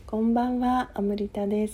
こんばんは、アムリタです。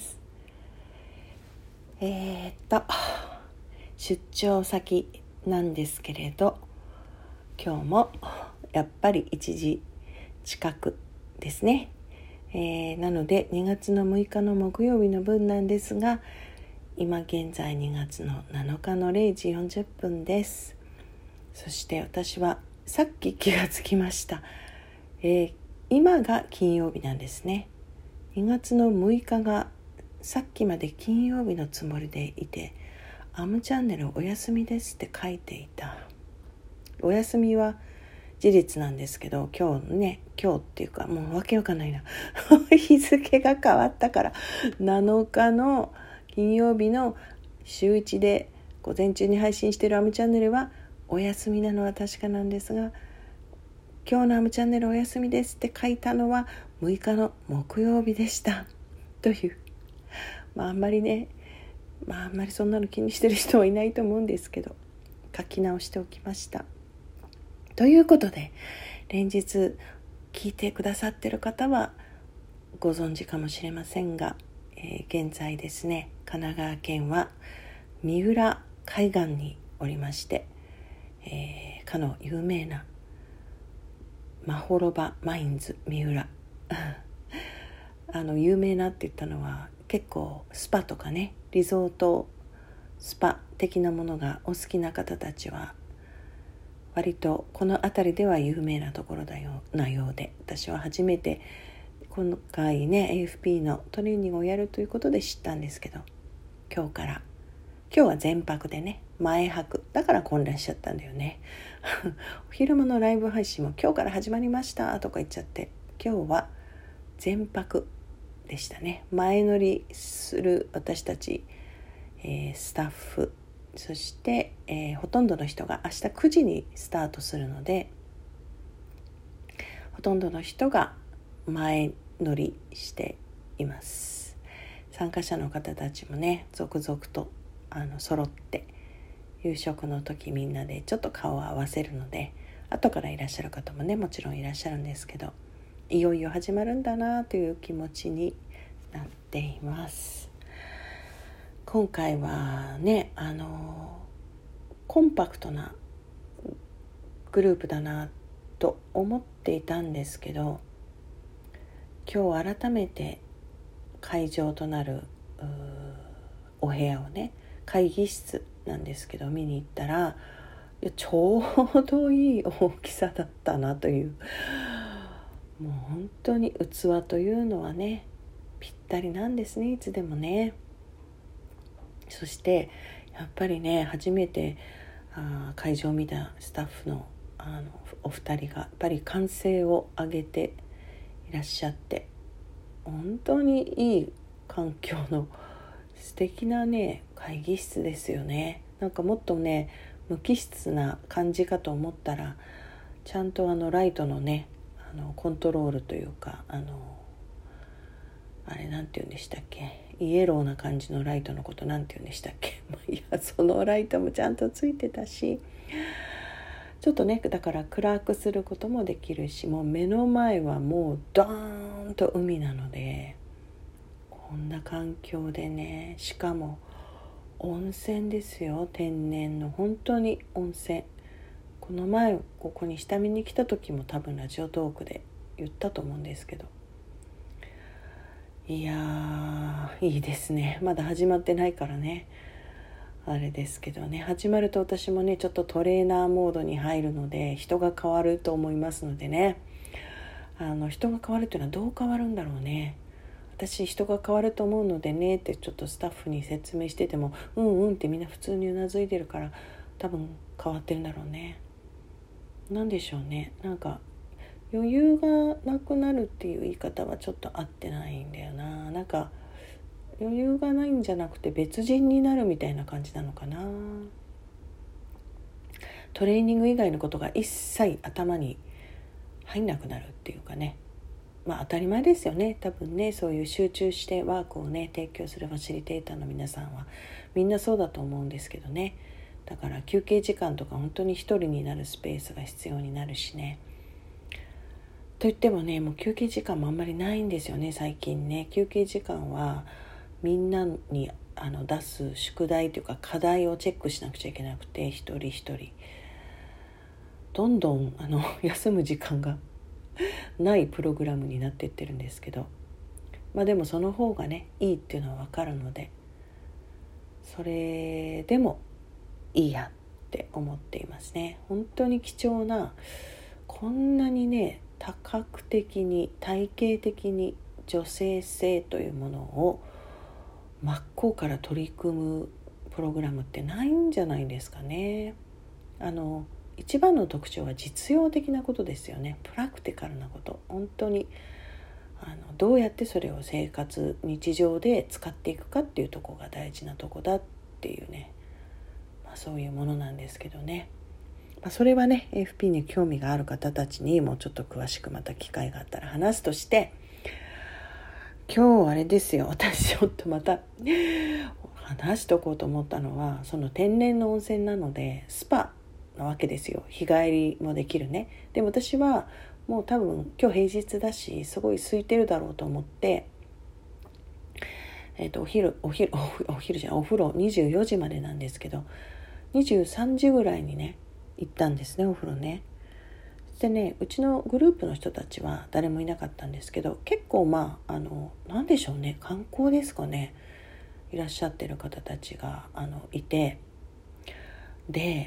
出張先なんですけれど、今日もやっぱり1時近くですね。なので2月の6日の木曜日の分なんですが、今現在2月の7日の0時40分です。そして私はさっき気がつきました。今が金曜日なんですね。2月の6日がさっきまで金曜日のつもりでいて、アムチャンネルお休みですって書いていた。お休みは事実なんですけど、今日っていうかもうわけわかんないな日付が変わったから7日の金曜日の週1で午前中に配信しているアムチャンネルはお休みなのは確かなんですが、今日のアムチャンネルお休みですって書いたのは6日の木曜日でしたという、あんまりそんなの気にしてる人はいないと思うんですけど、書き直しておきました。ということで、連日聞いてくださってる方はご存知かもしれませんが、現在ですね、神奈川県は三浦海岸におりまして、かの有名なマホロバマインズ三浦有名なって言ったのは、結構スパとかね、リゾートスパ的なものがお好きな方たちは割とこの辺りでは有名なところなようで、私は初めて今回ね AFP のトレーニングをやるということで知ったんですけど、今日は全泊でね、前泊だから混乱しちゃったんだよねお昼間のライブ配信も今日から始まりましたとか言っちゃって、今日は全泊でしたね。前乗りする私たち、スタッフ、そして、ほとんどの人が明日9時にスタートするので、ほとんどの人が前乗りしています。参加者の方たちもね、続々と揃って夕食の時みんなでちょっと顔を合わせるので、後からいらっしゃる方もねもちろんいらっしゃるんですけど、いよいよ始まるんだなという気持ちになっています。今回はね、コンパクトなグループだなと思っていたんですけど、今日改めて会場となるお部屋をね、会議室なんですけど見に行ったら、ちょうどいい大きさだったなという、もう本当に器というのはねぴったりなんですね、いつでもね。そしてやっぱりね、初めて会場を見たスタッフのお二人がやっぱり歓声を上げていらっしゃって、本当にいい環境の素敵なね会議室ですよね。なんかもっとね無機質な感じかと思ったら、ちゃんとライトのねコントロールというか、あれなんて言うんでしたっけ、イエローな感じのライトのことなんて言うんでしたっけいや、そのライトもちゃんとついてたし、ちょっとねだから暗くすることもできるし、もう目の前はもうドーンと海なので、こんな環境でね、しかも温泉ですよ、天然の本当に温泉。この前ここに下見に来た時も多分ラジオトークで言ったと思うんですけど、いやーいいですね。まだ始まってないからねあれですけどね、始まると私もねちょっとトレーナーモードに入るので、人が変わると思いますのでね、人が変わるというのはどう変わるんだろうね。私人が変わると思うのでねってちょっとスタッフに説明してても、うんってみんな普通にうなずいてるから、多分変わってるんだろうね。なんでしょうね、なんか余裕がなくなるっていう言い方はちょっと合ってないんだよな。なんか余裕がないんじゃなくて別人になるみたいな感じなのかな。トレーニング以外のことが一切頭に入んなくなるっていうかね、当たり前ですよね。多分ね、そういう集中してワークをね提供するファシリテーターの皆さんはみんなそうだと思うんですけどね。だから休憩時間とか本当に一人になるスペースが必要になるしね。 といってもね、もう休憩時間もあんまりないんですよね最近ね。休憩時間はみんなに出す宿題というか課題をチェックしなくちゃいけなくて、一人一人どんどん休む時間がないプログラムになっていってるんですけど、でもその方がねいいっていうのは分かるので、それでもいいやって思っていますね。本当に貴重な、こんなにね多角的に体系的に女性性というものを真っ向から取り組むプログラムってないんじゃないですかね。一番の特徴は実用的なことですよね。プラクティカルなこと、本当にどうやってそれを生活日常で使っていくかっていうところが大事なとこだっていうね、そういうものなんですけどね。それはね AFP に興味がある方たちにもうちょっと詳しくまた機会があったら話すとして、今日あれですよ、私ちょっとまた話しとこうと思ったのは、その天然の温泉なのでスパなわけですよ。日帰りもできるね。でも私はもう多分今日平日だしすごい空いてるだろうと思って、お風呂24時までなんですけど、23時ぐらいにね行ったんですね、お風呂ね。でね、うちのグループの人たちは誰もいなかったんですけど、結構なんでしょうね、観光ですかね、いらっしゃってる方たちがいて、で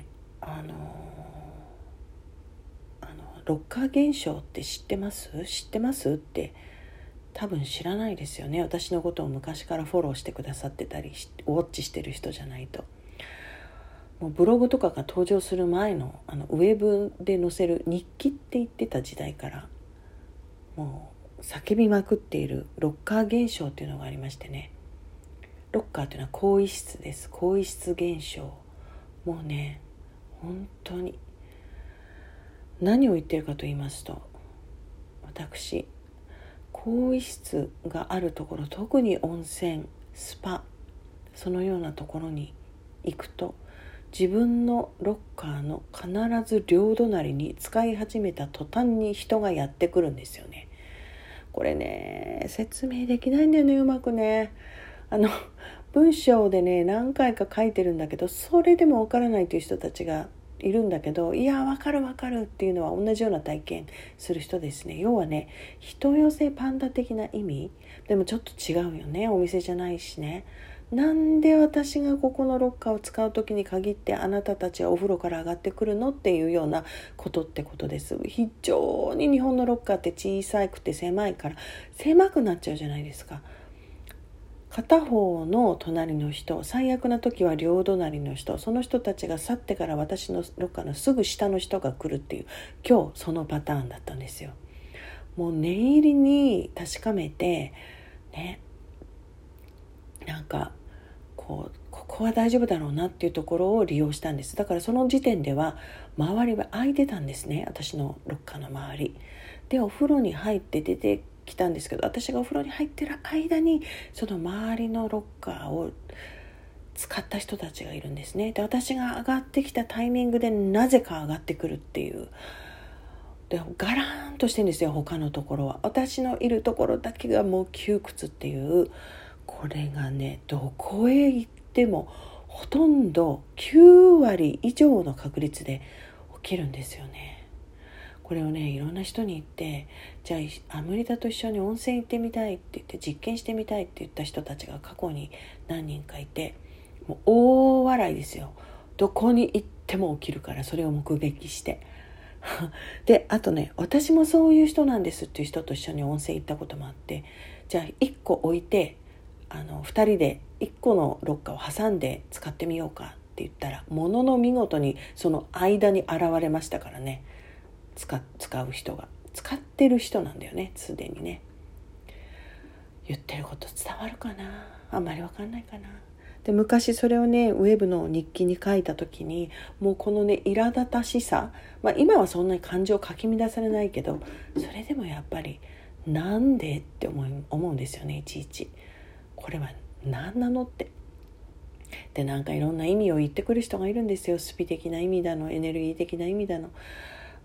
ロッカー現象って知ってますって多分知らないですよね。私のことを昔からフォローしてくださってたりウォッチしてる人じゃないと。もうブログとかが登場する前のウェブで載せる日記って言ってた時代からもう叫びまくっているロッカー現象っていうのがありましてね。ロッカーっていうのは更衣室です。更衣室現象。もうね本当に何を言ってるかと言いますと、私更衣室があるところ、特に温泉スパそのようなところに行くと、自分のロッカーの必ず両隣に使い始めた途端に人がやってくるんですよね。これね説明できないんだよね、うまくね。文章でね何回か書いてるんだけど、それでもわからないという人たちがいるんだけど、いやわかるっていうのは同じような体験する人ですね。要はね人寄せパンダ的な意味でもちょっと違うよね。お店じゃないしね。なんで私がここのロッカーを使う時に限ってあなたたちはお風呂から上がってくるのっていうようなことってことです。非常に日本のロッカーって小さくて狭いから狭くなっちゃうじゃないですか。片方の隣の人、最悪な時は両隣の人、その人たちが去ってから私のロッカーのすぐ下の人が来るっていう、今日そのパターンだったんですよ。もう念入りに確かめてね、なんかここは大丈夫だろうなっていうところを利用したんです。だからその時点では周りは空いてたんですね、私のロッカーの周りで。お風呂に入って出てきたんですけど、私がお風呂に入ってる間にその周りのロッカーを使った人たちがいるんですね。で私が上がってきたタイミングでなぜか上がってくるっていう。でガラーンとしてるんですよ、他のところは。私のいるところだけがもう窮屈っていう。これがねどこへ行ってもほとんど9割以上の確率で起きるんですよね。これをねいろんな人に言って、じゃあアムリタと一緒に温泉行ってみたいって言って実験してみたいって言った人たちが過去に何人かいて、もう大笑いですよ。どこに行っても起きるから、それを目撃してであとね、私もそういう人なんですっていう人と一緒に温泉行ったこともあって、じゃあ1個置いて2人で1個のロッカーを挟んで使ってみようかって言ったら、ものの見事にその間に現れましたからね。使う人が使ってる人なんだよね、すでにね。言ってること伝わるかな、あんまり分かんないかな。で昔それをねウェブの日記に書いた時に、もうこのね苛立たしさ、今はそんなに感情かき乱されないけど、それでもやっぱりなんでって思うんですよね。いちいちこれは何なのって。でなんかいろんな意味を言ってくる人がいるんですよ。スピ的な意味だの、エネルギー的な意味だの。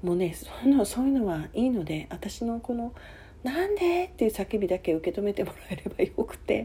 もうね、そういうのはいいので、私のこのなんでっていう叫びだけ受け止めてもらえればよくて、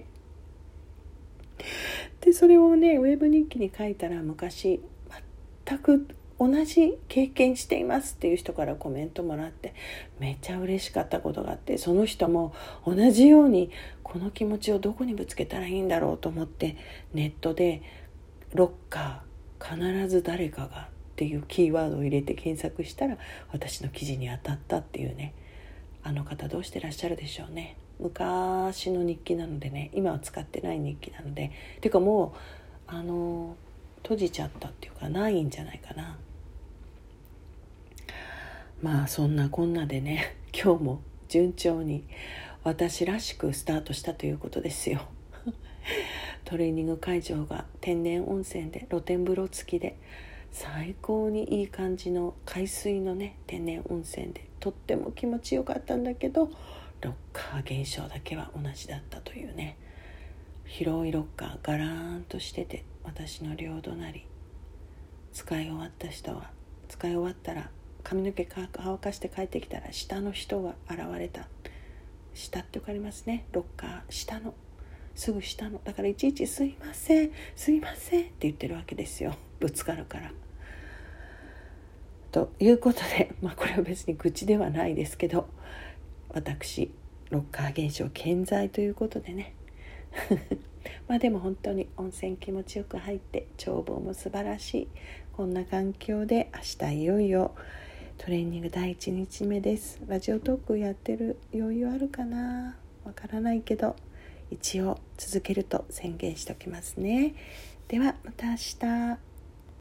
でそれをねウェブ日記に書いたら、昔全く同じ経験していますっていう人からコメントもらって、めっちゃ嬉しかったことがあって、その人も同じようにこの気持ちをどこにぶつけたらいいんだろうと思って、ネットでロッカー必ず誰かがっていうキーワードを入れて検索したら、私の記事に当たったっていうね。あの方どうしてらっしゃるでしょうね。昔の日記なのでね、今は使ってない日記なので、ていうかもう閉じちゃったっていうか、ないんじゃないかな。まあそんなこんなでね、今日も順調に私らしくスタートしたということですよ。トレーニング会場が天然温泉で、露天風呂付きで、最高にいい感じの海水のね天然温泉で、とっても気持ちよかったんだけど、ロッカー現象だけは同じだったというね。広いロッカーガラーンとしてて、私の両隣、使い終わったら髪の毛乾かして帰ってきたら、下の人が現れた。下って分かりますね、ロッカー下のすぐ下の、だからいちいちすいませんって言ってるわけですよ、ぶつかるから。ということで、これは別に愚痴ではないですけど、私ロッカー現象健在ということでねでも本当に温泉気持ちよく入って、眺望も素晴らしい、こんな環境で明日いよいよトレーニング第1日目です。ラジオトークやってる余裕あるかな、わからないけど、一応続けると宣言しておきますね。ではまた明日。